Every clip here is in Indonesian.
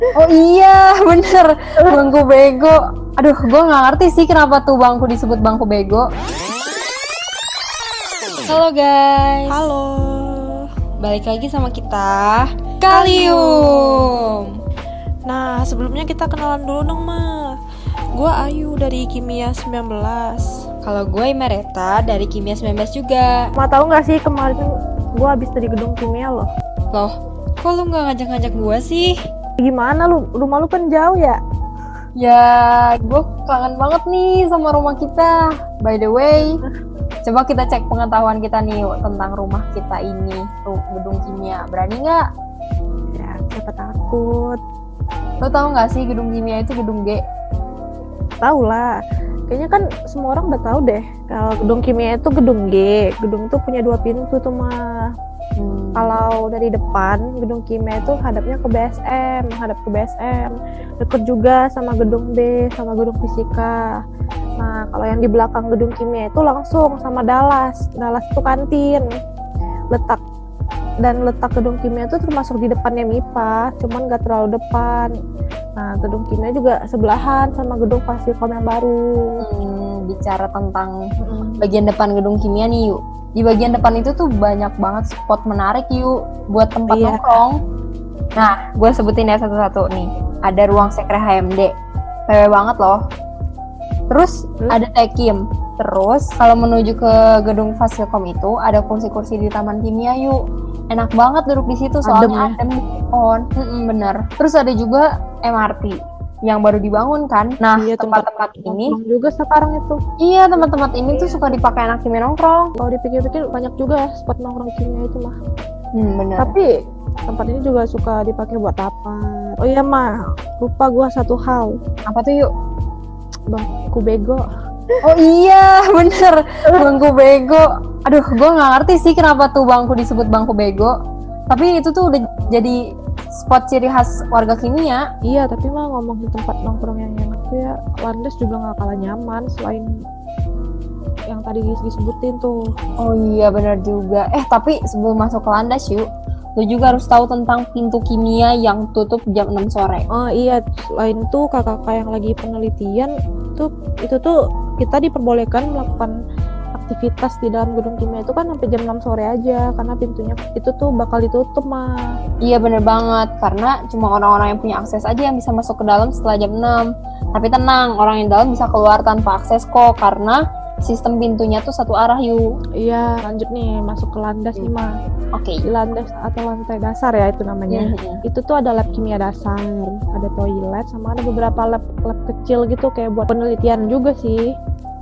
Oh iya, bener. Bangku bego. Aduh, gue nggak ngerti sih kenapa tuh bangku disebut bangku bego. Halo guys. Halo. Balik lagi sama kita, Kalium. Nah, sebelumnya kita kenalan dulu dong, Ma. Gua Ayu dari Kimia 19. Kalau gue Imereta dari Kimia 19 juga. Ma tahu nggak sih kemarin gua habis dari gedung kimia loh. Loh, kok lu nggak ngajak-ngajak gue sih? Gimana lu? Rumah lu kan jauh ya? Ya, gue kangen banget nih sama rumah kita. By the way, coba kita cek pengetahuan kita nih tentang rumah kita ini, tuh gedung kimia. Berani nggak? Ya, siapa takut. Lo tau nggak sih gedung kimia itu gedung G? Tahu lah. Kayaknya kan semua orang udah tahu deh. Kalau gedung kimia itu gedung G. Gedung itu punya 2 pintu tuh, Ma. Kalau dari depan gedung kimia itu hadapnya ke BSM, hadap ke BSM, deket juga sama gedung B, sama gedung fisika. Nah, kalau yang di belakang gedung kimia itu langsung sama Dallas. Dallas itu kantin. Letak gedung kimia itu termasuk di depannya MIPA, cuman nggak terlalu depan. Nah, gedung kimia juga sebelahan sama gedung Fasilkom yang baru. Bicara tentang bagian depan gedung kimia nih yuk. Di bagian depan itu tuh banyak banget spot menarik yuk buat tempat nongkrong. Nah, gue sebutin ya satu-satu nih. Ada ruang sekre HMD, PW banget loh. Terus ada Tekim. Terus kalau menuju ke gedung Fasilkom itu ada kursi-kursi di Taman Kimia yuk. Enak banget duduk di situ soalnya adem di pohon. Bener. Terus ada juga MRT yang baru dibangun kan. Nah, iya, tempat-tempat ini juga sekarang itu. Iya, tempat-tempat ini tuh suka dipakai anak kimia nongkrong. Kalau dipikir-pikir banyak juga spot nongkrong kimia itu mah. Bener. Tapi tempat ini juga suka dipakai buat apa? Oh iya, mah lupa gua satu hal. Apa tuh yuk? Bangku bego. Oh iya, bener. Bangku bego. Aduh, gue nggak ngerti sih kenapa tuh bangku disebut bangku bego. Tapi itu tuh udah jadi spot ciri khas warga kimia. Iya, tapi mah ngomongin tempat nongkrong yang enak tuh ya, Landas juga nggak kalah nyaman selain yang tadi disebutin tuh. Oh iya, benar juga. Tapi sebelum masuk ke Landas yuk, lu juga harus tahu tentang pintu kimia yang tutup jam 6 sore. Oh iya, selain itu kakak-kakak yang lagi penelitian tuh, itu tuh kita diperbolehkan melakukan aktivitas di dalam gedung kimia itu kan sampai jam 6 sore aja, karena pintunya itu tuh bakal ditutup, mah. Iya, bener banget, karena cuma orang-orang yang punya akses aja yang bisa masuk ke dalam setelah jam 6. Tapi tenang, orang yang dalam bisa keluar tanpa akses kok, karena sistem pintunya tuh satu arah yuk. Iya, lanjut nih masuk ke Landas nih, mah. Oke. Di Landas atau lantai dasar ya itu namanya. Itu tuh ada lab kimia dasar, ada toilet, sama ada beberapa lab kecil gitu kayak buat penelitian juga sih.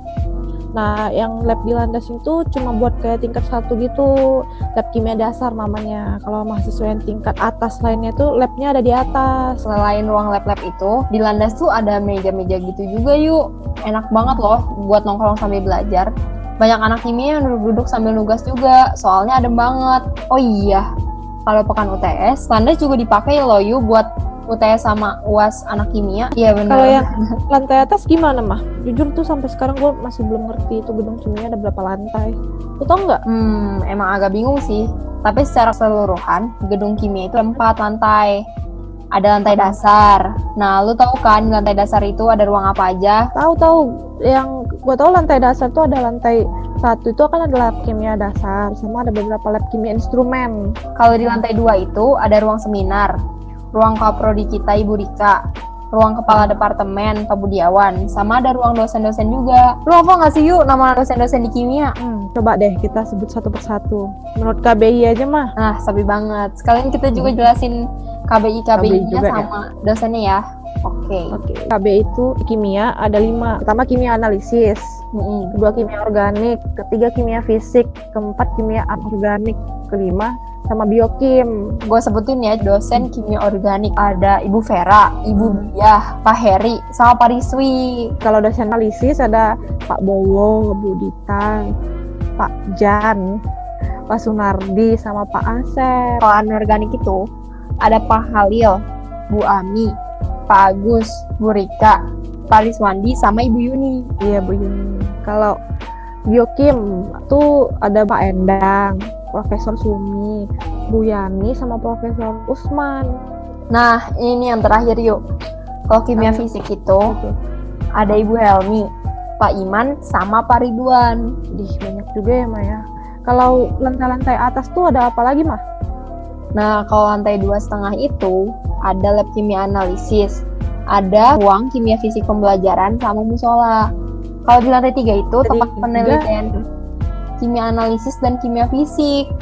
Nah, yang lab di Landas itu cuma buat kayak tingkat 1 gitu, lab kimia dasar namanya. Kalau mahasiswa yang tingkat atas lainnya tuh labnya ada di atas. Selain ruang lab-lab itu, di Landas tuh ada meja-meja gitu juga yuk. Enak banget loh buat nongkrong sambil belajar. Banyak anak kimia yang duduk-duduk sambil nugas juga, soalnya adem banget. Oh iya, kalau pekan UTS, Landas juga dipakai loh yuk buat UTS sama UAS anak kimia. Iya benar. Kalau yang lantai atas gimana, mah? Jujur tuh sampai sekarang gue masih belum ngerti itu gedung kimia ada berapa lantai. Lu tau nggak? Emang agak bingung sih. Tapi secara keseluruhan gedung kimia itu 4 lantai. Ada lantai dasar. Nah, lu tahu kan di lantai dasar itu ada ruang apa aja? Tahu. Yang gue tahu lantai dasar tuh ada lantai 1 itu kan ada lab kimia dasar, sama ada beberapa lab kimia instrumen. Kalau di lantai 2 itu ada ruang seminar, ruang kaprodi kita Ibu Rika, ruang kepala departemen Pak Budiawan, sama ada ruang dosen-dosen juga. Lu apa nggak sih yuk nama dosen-dosen di kimia? Coba deh kita sebut satu persatu. Menurut KBI aja, mah. Nah, sabi banget. Sekalian kita juga jelasin KBI-nya sama ya? Dosennya ya. Oke. KBI itu kimia ada 5. Pertama kimia analisis, kedua kimia organik, ketiga kimia fisik, keempat kimia anorganik, kelima sama biokim. Gue sebutin ya, dosen kimia organik ada Ibu Vera, Ibu Diah, Pak Heri, sama Pak Riswi. Kalau dosen analisis ada Pak Bowo, Bu Dita, Pak Jan, Pak Sunardi, sama Pak Asep. Kalau anorganik itu ada Pak Halil, Bu Ami, Pak Agus, Bu Rika, Pak Riswandi, sama Ibu Yuni. Iya, Bu Yuni. Kalau biokim tuh ada Pak Endang, Profesor Sumi, Bu Yani, sama Profesor Usman. Nah, ini yang terakhir yuk. Kalau kimia fisik itu ada Ibu Helmi, Pak Iman, sama Pak Ridwan. Banyak juga ya Maya. Kalau lantai-lantai atas tuh ada apa lagi mah? Nah, kalau lantai 2,5 itu ada lab kimia analisis, ada ruang kimia fisik pembelajaran sama musola. Kalau di lantai 3 itu tempat penelitian kimia analisis dan kimia fisik.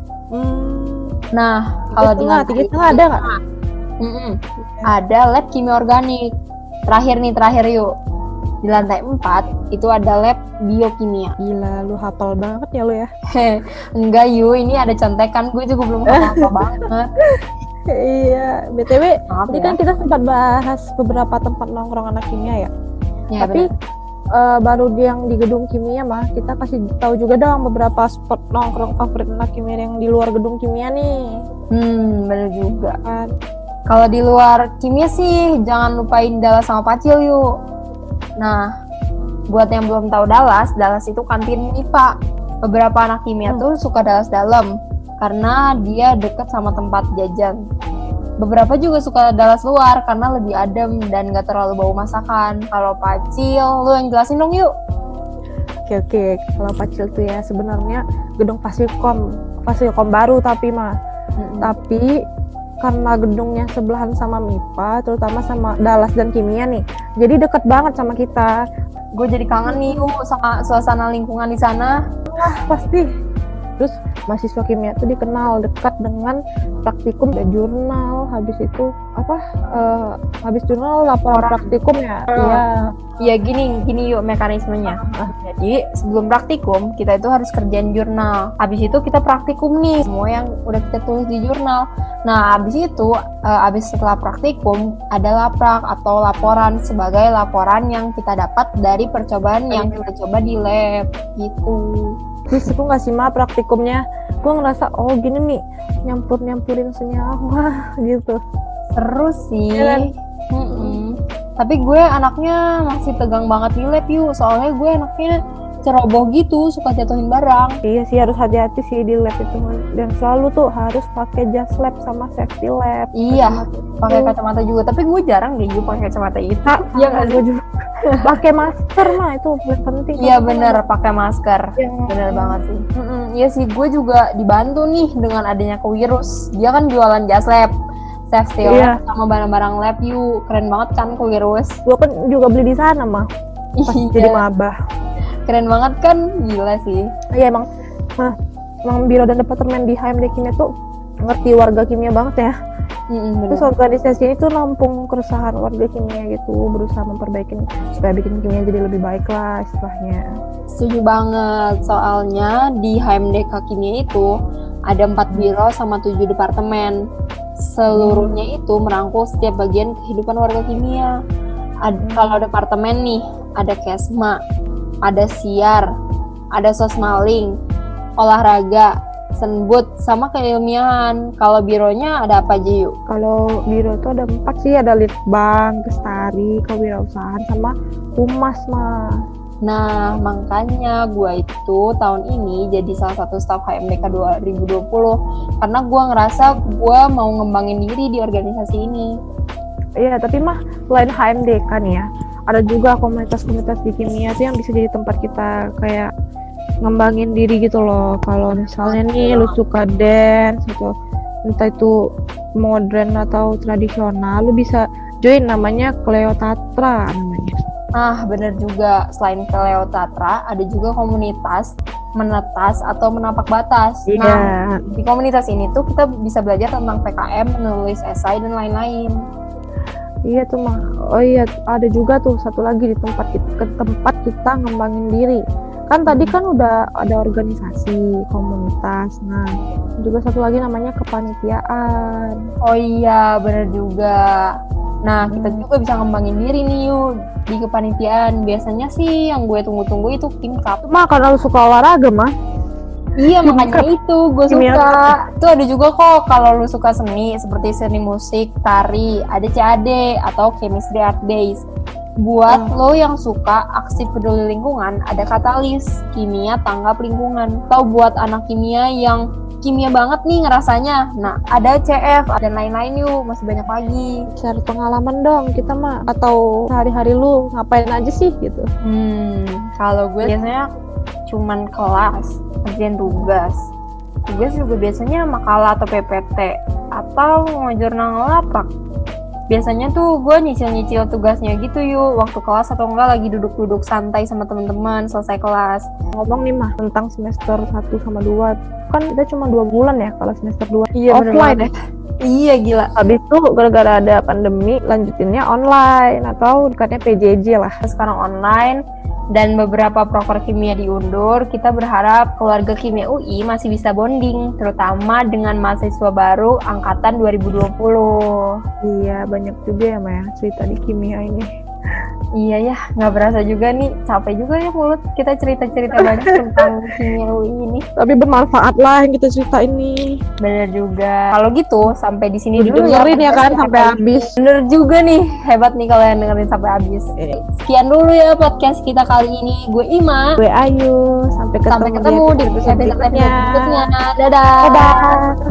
Nah, kalau di lantai 3 ada nggak? Ada lab kimia organik. Terakhir yuk. Di lantai 4 itu ada lab biokimia. Gila, lu hafal banget ya lu ya. Enggak yuk, ini ada contekan, gue juga belum hafal banget. Iya, BTW tadi kan kita sempat bahas beberapa tempat nongkrong anak kimia ya. Tapi baru yang di gedung kimia mah kita kasih tahu juga dong beberapa spot nongkrong favorit anak kimia yang di luar gedung kimia nih. Bener juga kan. Kalau di luar kimia sih jangan lupain Dallas sama Pacil yuk. Nah, buat yang belum tahu Dallas itu kantin MIPA. Beberapa anak kimia tuh suka Dallas dalam karena dia deket sama tempat jajan. Beberapa juga suka Dallas luar karena lebih adem dan gak terlalu bau masakan. Kalau Pacil, lu yang jelasin dong yuk. Oke. Kalau Pacil tuh ya sebenarnya gedung Fasilkom baru tapi mah. Tapi karena gedungnya sebelahan sama MIPA, terutama sama Dallas dan kimia nih, jadi deket banget sama kita. Gue jadi kangen nih sama suasana lingkungan di sana. Wah, pasti. Terus mahasiswa kimia tuh dikenal dekat dengan praktikum dan jurnal. Habis itu habis jurnal laporan praktikum ya. Iya gini yuk mekanismenya. Jadi sebelum praktikum kita itu harus kerjain jurnal. Habis itu kita praktikum nih semua yang udah kita tulis di jurnal. Nah habis itu setelah praktikum ada laprak atau laporan sebagai laporan yang kita dapat dari percobaan yang kita coba di lab gitu. Terus aku nggak sih praktikumnya, gue ngerasa gini nih nyampurin senyawa gitu. Seru sih. Tapi gue anaknya masih tegang banget di lab yuk, soalnya gue anaknya ceroboh gitu, suka jatuhin barang. Iya sih, harus hati-hati sih di lab itu, dan selalu tuh harus pakai jas lab sama safety lab. Iya, pakai kacamata juga, tapi gue jarang deh juga pakai kacamata itu. Iya nggak, gue juga pakai masker mah itu penting. Iya bener, pakai masker, bener banget sih. Iya sih, gue juga dibantu nih dengan adanya Kewirus. Dia kan jualan jas lab, safety lab sama barang-barang lab yuk, keren banget kan Kewirus. Gue kan juga beli di sana mah, pas jadi maba. Keren banget kan, gila sih. Iya emang biro dan departemen di HMD Kimia tuh ngerti warga kimia banget ya. Terus organisasi ini tuh nampung keresahan warga kimia gitu, berusaha memperbaiki supaya bikin kimia jadi lebih baik lah istilahnya. Setuju banget, soalnya di HMDK Kimia itu ada 4 biro sama 7 departemen. Seluruhnya itu merangkul setiap bagian kehidupan warga kimia. Kalau departemen nih, ada Kesma, ada Siar, ada Sosmaling, olahraga, Senbut, sama keilmiahan. Kalau bironya ada apa aja yuk? Kalau biro tuh ada 4 sih, ada Litbang, Kestari, Kewirausahaan, sama Humas mah. Nah, makanya gue itu tahun ini jadi salah satu staf HMDK 2020 karena gue ngerasa gue mau ngembangin diri di organisasi ini. Iya, tapi mah selain HMDK nih ya, ada juga komunitas-komunitas di kimia tuh yang bisa jadi tempat kita kayak ngembangin diri gitu loh. Kalau misalnya nih lu suka dance atau entah itu modern atau tradisional, lu bisa join, namanya Cleotatra namanya. Bener juga, selain Cleotatra ada juga komunitas menetas atau menapak batas. Nah, di komunitas ini tuh kita bisa belajar tentang PKM, menulis esai dan lain-lain. Iya tuh mah. Oh iya, ada juga tuh satu lagi di tempat kita ngembangin diri. Kan tadi kan udah ada organisasi, komunitas. Nah, juga satu lagi namanya kepanitiaan. Oh iya, bener juga. Nah, kita juga bisa ngembangin diri nih yuk di kepanitiaan. Biasanya sih yang gue tunggu-tunggu itu Kimkap. Mah karena lu suka olahraga mah. Iya, makanya itu gue suka. Itu ada juga kok kalau lu suka seni seperti seni musik, tari, ada CAD atau Chemistry Art Days. Buat lo yang suka aksi peduli lingkungan, ada Katalis, kimia tanggap lingkungan. Atau buat anak kimia yang kimia banget nih ngerasanya. Nah, ada CF dan lain-lain yuk, masih banyak lagi. Share pengalaman dong kita mah, atau sehari-hari lu ngapain aja sih gitu. Kalau gue biasanya cuman kelas, kerjain tugas. Tugas juga biasanya makalah atau PPT atau ngejurnal laprak. Biasanya tuh gue nyicil-nyicil tugasnya gitu yuk waktu kelas, atau enggak lagi duduk-duduk santai sama teman-teman selesai kelas. Ngomong nih mah tentang semester 1 sama 2, kan kita cuma 2 bulan ya kalau semester 2. Iya, offline ya. Iya gila. Habis itu gara-gara ada pandemi lanjutinnya online atau dekatnya PJJ lah. Sekarang online dan beberapa proker kimia diundur. Kita berharap keluarga kimia UI masih bisa bonding, terutama dengan mahasiswa baru angkatan 2020. Iya, banyak juga ya Maya cerita di kimia ini. Iya ya, nggak berasa juga nih, capek juga ya mulut kita cerita-cerita banyak tentang kimia UI ini. Tapi bermanfaat lah yang kita cerita ini. Bener juga. Kalau gitu sampai di sini dulu dengerin ya kan sampai habis. Bener juga nih, hebat nih kalau yang dengerin sampai habis. Sekian dulu ya podcast kita kali ini. Gue Ima, gue Ayu. Sampai ketemu di episode berikutnya. Dadah. Dadah.